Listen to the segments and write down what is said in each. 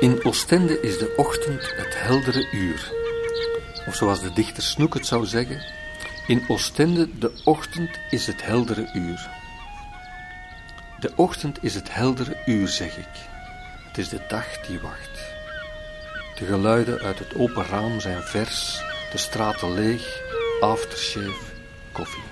In Oostende is de ochtend het heldere uur. Of zoals de dichter Snoek het zou zeggen, in Oostende de ochtend is het heldere uur. De ochtend is het heldere uur, zeg ik. Het is de dag die wacht. De geluiden uit het open raam zijn vers, de straten leeg, aftershave, koffie.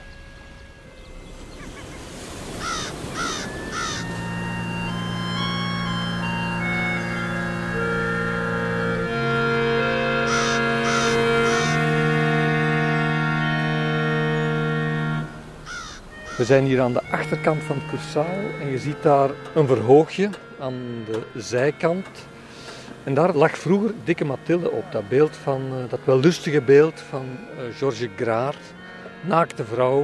We zijn hier aan de achterkant van het Cursaal en je ziet daar een verhoogje aan de zijkant. En daar lag vroeger Dikke Mathilde op, dat wellustige beeld van Georges Graard, naakte vrouw,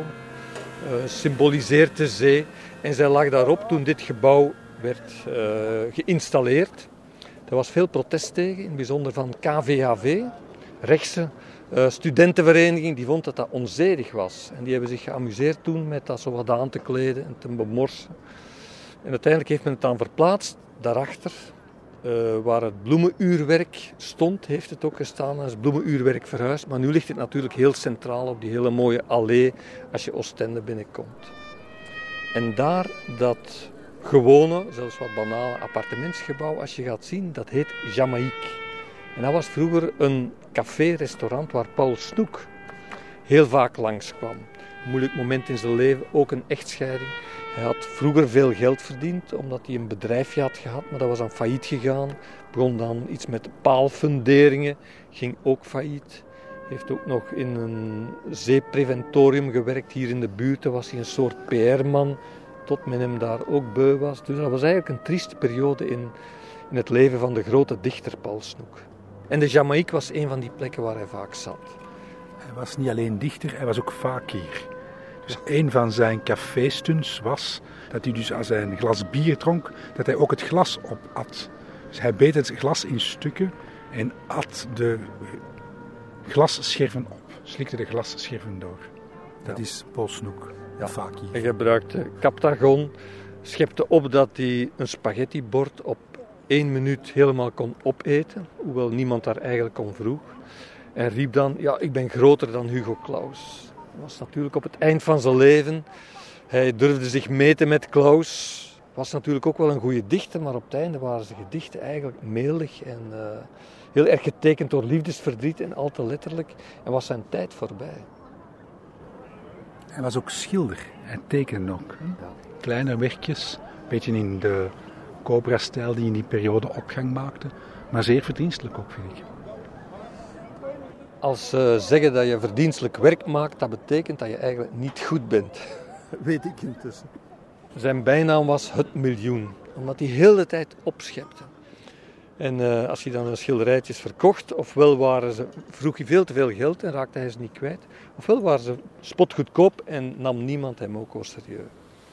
symboliseert de zee. En zij lag daarop toen dit gebouw werd geïnstalleerd. Er was veel protest tegen, in het bijzonder van KVHV, rechtse studentenvereniging, die vond dat dat onzedig was. En die hebben zich geamuseerd toen met dat zo wat aan te kleden en te bemorsen. En uiteindelijk heeft men het dan verplaatst, daarachter, waar het bloemenuurwerk stond, heeft het ook gestaan als bloemenuurwerk verhuisd. Maar nu ligt het natuurlijk heel centraal op die hele mooie allee als je Oostende binnenkomt. En daar dat gewone, zelfs wat banale appartementsgebouw, als je gaat zien, dat heet Jamaïque. En dat was vroeger een café-restaurant waar Paul Snoek heel vaak langskwam. Een moeilijk moment in zijn leven, ook een echtscheiding. Hij had vroeger veel geld verdiend, omdat hij een bedrijfje had gehad, maar dat was dan failliet gegaan. Begon dan iets met paalfunderingen, ging ook failliet. Heeft ook nog in een zeepreventorium gewerkt, hier in de buurt. Daar was hij een soort PR-man, tot men hem daar ook beu was. Dus dat was eigenlijk een trieste periode in het leven van de grote dichter Paul Snoek. En de Jamaïque was een van die plekken waar hij vaak zat. Hij was niet alleen dichter, hij was ook fakir. Dus een van zijn caféstunts was dat hij dus als hij een glas bier dronk, dat hij ook het glas opat. Dus hij beet het glas in stukken en at de glasscherven op. Slikte de glasscherven door. Dat is Paul Snoek, de fakir. Hij gebruikte Captagon, schepte op dat hij een spaghettibord op 1 minuut helemaal kon opeten, hoewel niemand daar eigenlijk om vroeg. En riep dan, ja, ik ben groter dan Hugo Claus. Dat was natuurlijk op het eind van zijn leven. Hij durfde zich meten met Claus. Was natuurlijk ook wel een goede dichter, maar op het einde waren zijn gedichten eigenlijk melig en heel erg getekend door liefdesverdriet en al te letterlijk. En was zijn tijd voorbij. Hij was ook schilder. Hij tekende ook. Ja. Kleine werkjes, een beetje in de Cobra-stijl die in die periode opgang maakte, maar zeer verdienstelijk ook, vind ik. Als ze zeggen dat je verdienstelijk werk maakt, dat betekent dat je eigenlijk niet goed bent. Weet ik intussen. Zijn bijnaam was het miljoen, omdat hij heel de tijd opschepte. En als hij dan een schilderijtjes verkocht, ofwel vroeg hij veel te veel geld en raakte hij ze niet kwijt, ofwel waren ze spotgoedkoop en nam niemand hem ook au serieus.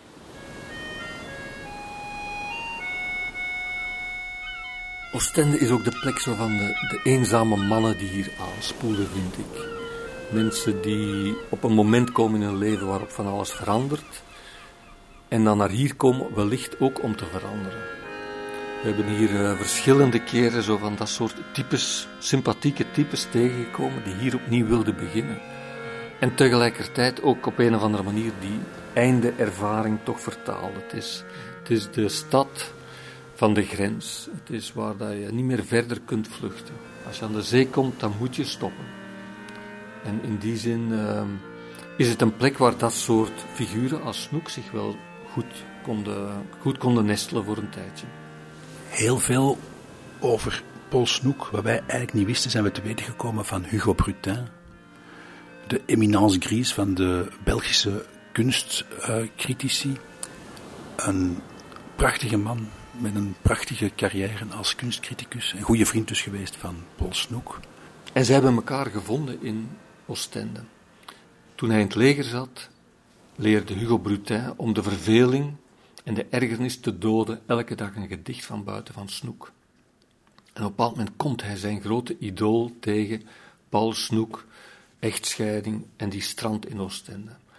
Oostende is ook de plek zo van de eenzame mannen die hier aanspoelen, vind ik. Mensen die op een moment komen in hun leven waarop van alles verandert. En dan naar hier komen, wellicht ook om te veranderen. We hebben hier verschillende keren zo van dat soort types, sympathieke types tegengekomen die hier opnieuw wilden beginnen. En tegelijkertijd ook op een of andere manier die einde-ervaring toch vertaalden. Het is de stad van de grens. Het is waar dat je niet meer verder kunt vluchten. Als je aan de zee komt, dan moet je stoppen. En in die zin is het een plek waar dat soort figuren als Snoek zich wel goed konden nestelen voor een tijdje. Heel veel over Paul Snoek, wat wij eigenlijk niet wisten, zijn we te weten gekomen van Hugo Brutin. De éminence grise van de Belgische kunstcritici. Een prachtige man met een prachtige carrière als kunstcriticus. Een goede vriend dus geweest van Paul Snoek. En zij hebben elkaar gevonden in Oostende. Toen hij in het leger zat, leerde Hugo Brutin om de verveling en de ergernis te doden elke dag een gedicht van buiten van Snoek. En op een bepaald moment komt hij zijn grote idool tegen, Paul Snoek, echtscheiding en die strand in Oostende.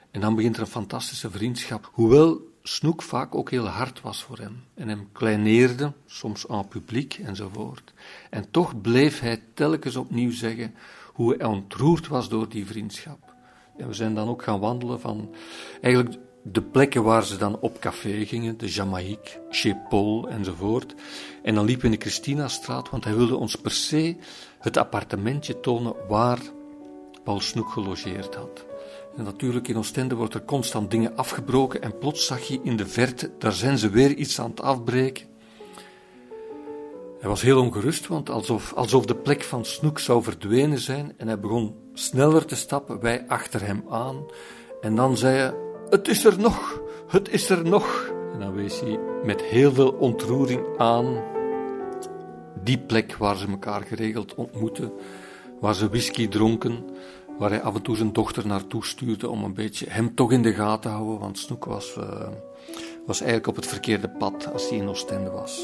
En dan begint er een fantastische vriendschap. Hoewel Snoek vaak ook heel hard was voor hem. En hem kleineerde, soms aan publiek enzovoort. En toch bleef hij telkens opnieuw zeggen hoe hij ontroerd was door die vriendschap. En we zijn dan ook gaan wandelen van eigenlijk de plekken waar ze dan op café gingen, de Jamaïque, chez Paul enzovoort. En dan liepen we in de Christinastraat, want hij wilde ons per se het appartementje tonen waar Paul Snoek gelogeerd had. En natuurlijk in Oostende wordt er constant dingen afgebroken en plots zag je in de verte, daar zijn ze weer iets aan het afbreken. Hij was heel ongerust, want alsof de plek van Snoek zou verdwenen zijn en hij begon sneller te stappen, wij achter hem aan. En dan zei hij, het is er nog, het is er nog. En dan wees hij met heel veel ontroering aan die plek waar ze elkaar geregeld ontmoetten, waar ze whisky dronken, waar hij af en toe zijn dochter naartoe stuurde om een beetje hem toch in de gaten te houden, want Snoek was eigenlijk op het verkeerde pad als hij in Oostende was.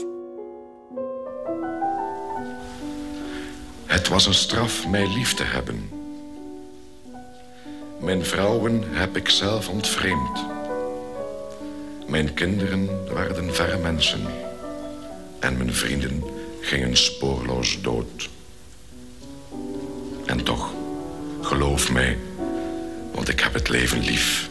Het was een straf mij lief te hebben. Mijn vrouwen heb ik zelf ontvreemd. Mijn kinderen werden verre mensen. En mijn vrienden gingen spoorloos dood. En toch, geloof mij, want ik heb het leven lief.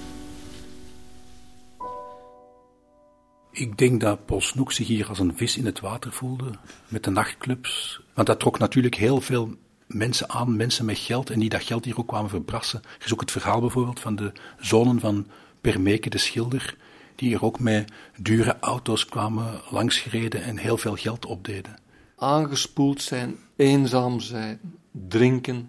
Ik denk dat Paul Snoek zich hier als een vis in het water voelde, met de nachtclubs. Want dat trok natuurlijk heel veel mensen aan, mensen met geld, en die dat geld hier ook kwamen verbrassen. Er is ook het verhaal bijvoorbeeld van de zonen van Permeke, de schilder, die hier ook met dure auto's kwamen langsgereden en heel veel geld opdeden. Aangespoeld zijn, eenzaam zijn, drinken,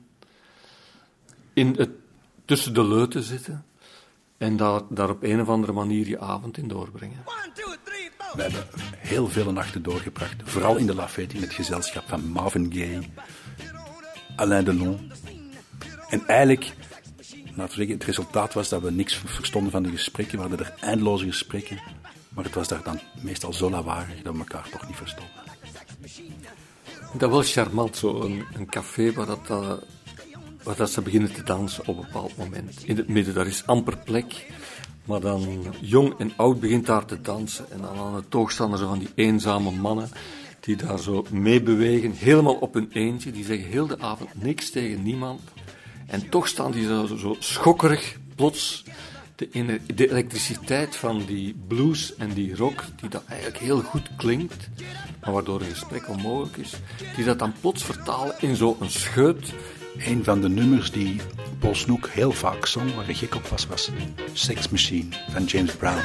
tussen de leuten zitten en daar op een of andere manier je avond in doorbrengen. We hebben heel vele nachten doorgebracht, vooral in de Lafayette in het gezelschap van Marvin Gaye, Alain Delon. En eigenlijk, laten we zeggen, het resultaat was dat we niks verstonden van de gesprekken. We hadden er eindeloze gesprekken, maar het was daar dan meestal zo lawaaiig dat we elkaar toch niet verstonden. Dat was charmant, zo een café waar dat ze beginnen te dansen op een bepaald moment. In het midden, daar is amper plek. Maar dan jong en oud begint daar te dansen. En dan aan het oog staan er zo van die eenzame mannen die daar zo mee bewegen, helemaal op hun eentje. Die zeggen heel de avond niks tegen niemand. En toch staan die zo schokkerig, plots de elektriciteit van die blues en die rock, die dat eigenlijk heel goed klinkt, maar waardoor een gesprek onmogelijk is, die dat dan plots vertalen in zo'n scheut. Een van de nummers die Paul Snoek heel vaak zong, waar hij gek op was Sex Machine van James Brown.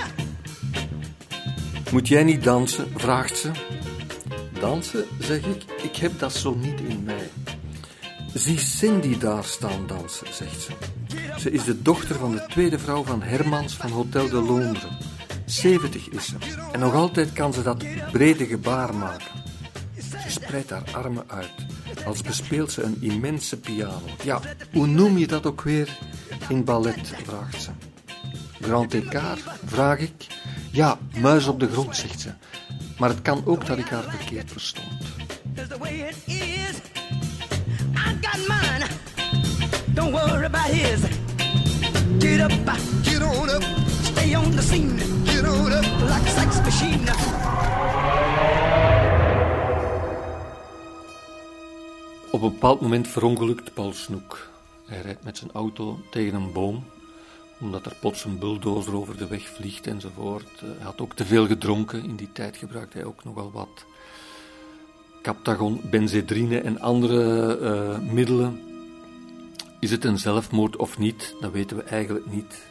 Moet jij niet dansen, vraagt ze. Dansen, zeg ik heb dat zo niet in mij. Zie Cindy daar staan dansen, zegt ze. Ze is de dochter van de tweede vrouw van Hermans van Hotel de Londres. 70 is ze. En nog altijd kan ze dat brede gebaar maken. Ze spreidt haar armen uit. Als bespeelt ze een immense piano. Ja, hoe noem je dat ook weer in ballet, vraagt ze. Grand écart, vraag ik. Ja, muis op de grond, zegt ze. Maar het kan ook dat ik haar verkeerd verstond. Don't worry about his. Get up, get on up, stay on the scene. Get on up like a sex machine. Op een bepaald moment verongelukt Paul Snoek. Hij rijdt met zijn auto tegen een boom, omdat er plots een bulldozer over de weg vliegt enzovoort. Hij had ook te veel gedronken. In die tijd gebruikte hij ook nogal wat Captagon, benzedrine en andere middelen. Is het een zelfmoord of niet? Dat weten we eigenlijk niet.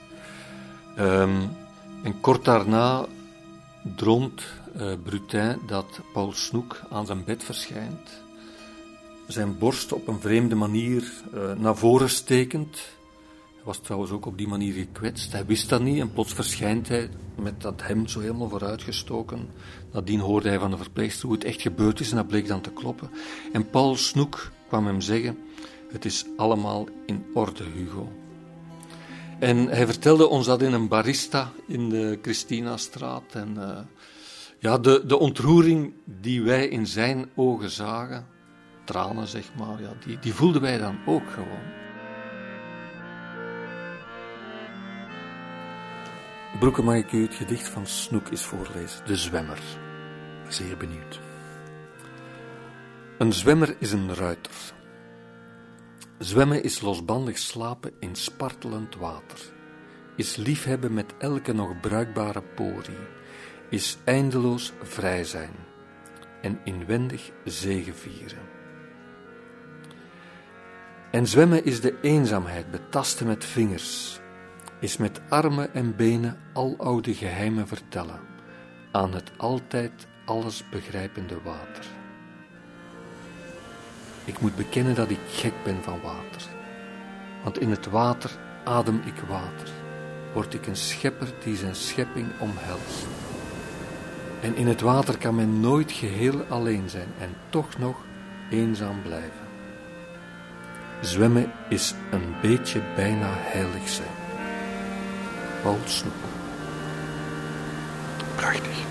En kort daarna droomt Brutin dat Paul Snoek aan zijn bed verschijnt. Zijn borst op een vreemde manier naar voren stekend. Hij was trouwens ook op die manier gekwetst. Hij wist dat niet en plots verschijnt hij met dat hemd zo helemaal vooruitgestoken. Nadien hoorde hij van de verpleegster hoe het echt gebeurd is en dat bleek dan te kloppen. En Paul Snoek kwam hem zeggen: het is allemaal in orde, Hugo. En hij vertelde ons dat in een barista in de Christinastraat. En de ontroering die wij in zijn ogen zagen, tranen zeg maar, ja, die voelden wij dan ook gewoon. Broeke, mag ik u het gedicht van Snoek eens voorlezen? De Zwemmer. Zeer benieuwd. Een zwemmer is een ruiter. Zwemmen is losbandig slapen in spartelend water. Is liefhebben met elke nog bruikbare porie. Is eindeloos vrij zijn. En inwendig zegevieren. En zwemmen is de eenzaamheid betasten met vingers. Is met armen en benen aloude geheimen vertellen. Aan het altijd alles begrijpende water. Ik moet bekennen dat ik gek ben van water. Want in het water adem ik water. Word ik een schepper die zijn schepping omhelst. En in het water kan men nooit geheel alleen zijn en toch nog eenzaam blijven. Zwemmen is een beetje bijna heilig zijn. Paul Snoek. Prachtig.